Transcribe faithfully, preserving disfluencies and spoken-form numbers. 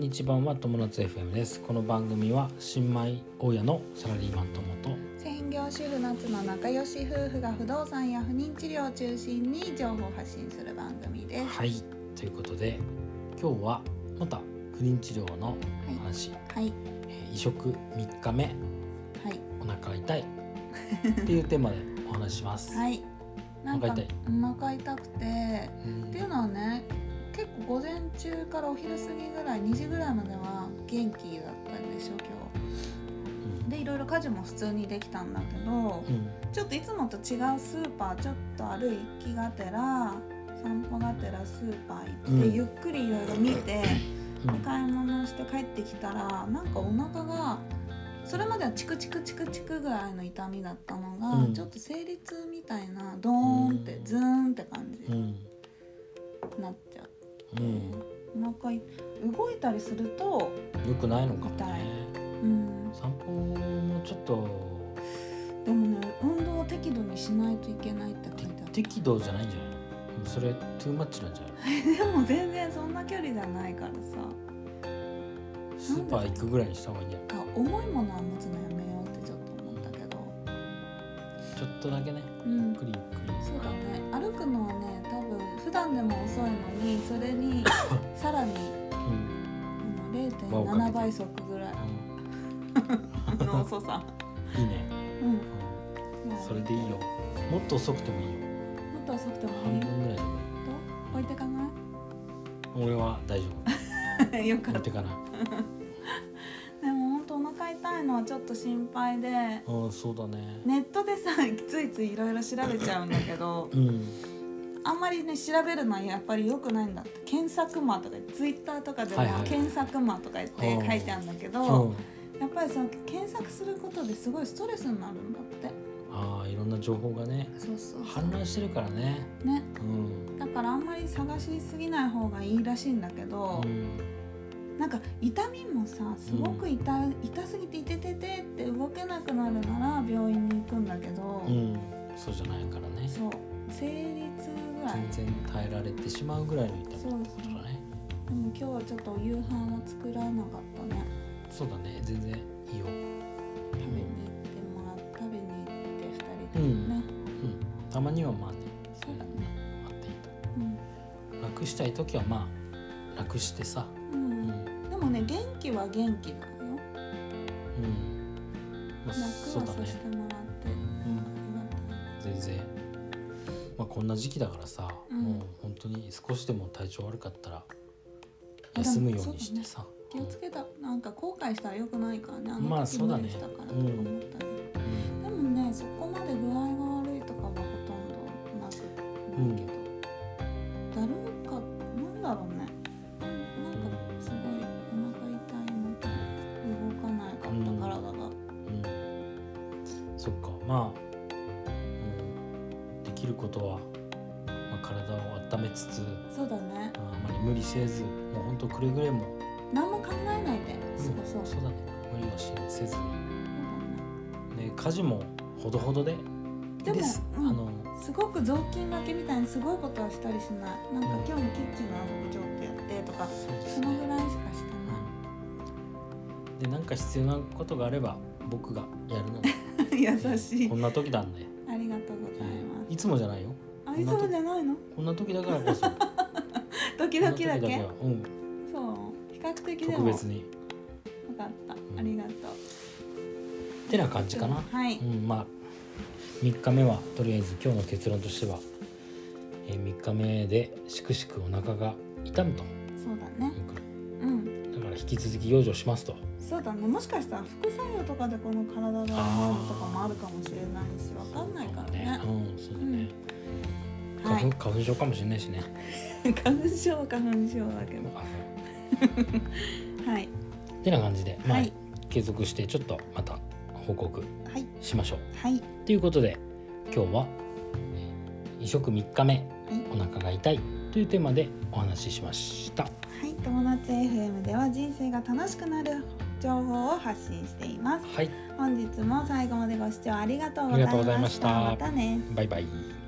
日版は友達 エフエム です。この番組は新米親のサラリーマン友と専業主婦夏の仲良し夫婦が不動産や不妊治療を中心に情報を発信する番組です。 はい、ということで今日はまた不妊治療の話、 はいはいえー移植みっかめ、 はい、 お腹痛いっていうテーマでお話しします。 はい、なんかお腹痛いお腹痛くて、 うんっていうのはね、結構午前中からお昼過ぎぐらいにじぐらいまでは元気だったんでしょ今日で、いろいろ家事も普通にできたんだけど、 うんうんちょっといつもと違うスーパーちょっと歩きがてら散歩がてらスーパー行って、 うんゆっくりいろいろ見て、 うんで買い物して帰ってきたら、なんかお腹がそれまではチクチクチクチクぐらいの痛みだったのが、 うんちょっと生理痛みたいなドーンってズーンって感じうんになっちゃう、 うんお腹い動いたりすると、 よくないのかも痛いね。 うん、 散歩もちょっとでもね、運動を適度にしないといけないって書いてある。 適度じゃないんじゃない？それトゥーマッチなんじゃない？ でも全然そんな距離じゃないからさ、 スーパー行くぐらいにした方がいいんじゃない？ あ、重いものは持つのやめようってちょっと思ったけど、 ちょっとだけね、 うんゆっくりゆっくり。 そうだね、歩くのはね、多分普段でも遅いのに、それにさらにうんあの れいてんなな 倍速ぐらいの遅さ、 いいね、 うん、 うんそれでいいよ。もっと遅くてもいいよ。 もっと遅くてもい半い？ 分ぐらいでもいい。 置いてかな俺は大丈いよかった。 夫。置いてかない。 でも本当お腹痛いのはちょっと心配で、 うん、そうだね。 ネットでさ、ついついいろいろ調べちゃうんだけど、 うん。 あんまりね調べるのはやっぱり良くないんだって。検索魔とかツイッターとかでもはいはいはい検索魔とか言って書いてあるんだけど、 うん、 やっぱりその検索することですごいストレスになるんだって。 ああ、いろんな情報がね、 そうそう氾濫してるからね。 ね、 うん。 だからあんまり探しすぎない方がいいらしいんだけど、 うん、 なんか痛みもさ、すごく痛、痛すぎていてててって動けなくなるなら病院に行くんだけど、 うん、そうじゃないからね。 そう、生理痛ぐらい。 全然耐えられてしまうぐらいの痛みってことだね。 でも今日はちょっとお夕飯は作らなかったね。 そうだね、全然いいよ。 食べに行ってもらっ食べに行ってふたりでうん、 ね、 うん、たまにはまあね、 そうだね、 あっていいと。 うん楽したいときはまあ楽してさ、 ううん、 ん、でもね、元気は元気なのよ。 うん、まあ、 楽はそうだねさせ。てもらって、 うんあ全然、まあこんな時期だからさ、 うんもう本当に少しでも体調悪かったら休むようにしてさ、 りがたい。気をつけた、なんか後悔したら良くないからね。あまあの時そうだね無理したからとか思ったり、 うんでもね、そこまで具合が悪いとかはほとんどなくないけど、だるかなんだろうね。なんかすごいお腹痛いのと動かないかった体が。 うん、そっか、まあ、うん、できることは、まあ、体を温めつつ、 そうだね。 あまり無理せず、もう本当くれぐれも、 何も考えないで。 うん、 そうそうそう。 そうだね、無理はしせずに、 そうね、家事もほどほどでいいでもです。 うんあのだね。すごく雑巾がけみたいにすごいことはしたりしない。なんかうん今日もキッチンのあそこちょっとやってとか、 そうですそのね。 ぐらいしかしてない。 で、なんか必要なことがあれば僕がやるので、 優しいこ。んな時なんで、 ありがとうございます。 いつもじゃないよ。 あ、いつもじゃないの？ こんな時だからこそ、 時々だけ？ こんな時はうん、 そう。比較的でも。 特別に。 分かった。 んありがとう。 ってな感じかな。 はい。 うん、まあみっかめはとりあえず今日の結論としては、えー、みっかめでしくしくお腹が痛むとそうだね。 いうくらいうん。 だから引き続き養生しますと。 そうだね。もしかしたら副作用とかでこの体が重いのとかもあるかもしれないし、わかんないからね。 うん、そうだね、 うんはい花粉花粉症かもしれないしね。 花粉症は花粉症だけど。はい。 ってな感じで、まあ、 はい継続してちょっとまた報告はい。 しましょうはい。 ということで、今日は、えー移植みっかめ、 はい。 お腹が痛いというテーマでお話ししました。 はい、友達 エフエム では人生が楽しくなる情報を発信しています。 はい、 本日も最後までご視聴ありがとうございました。 ありがとうございましたまたね。 バイバイ。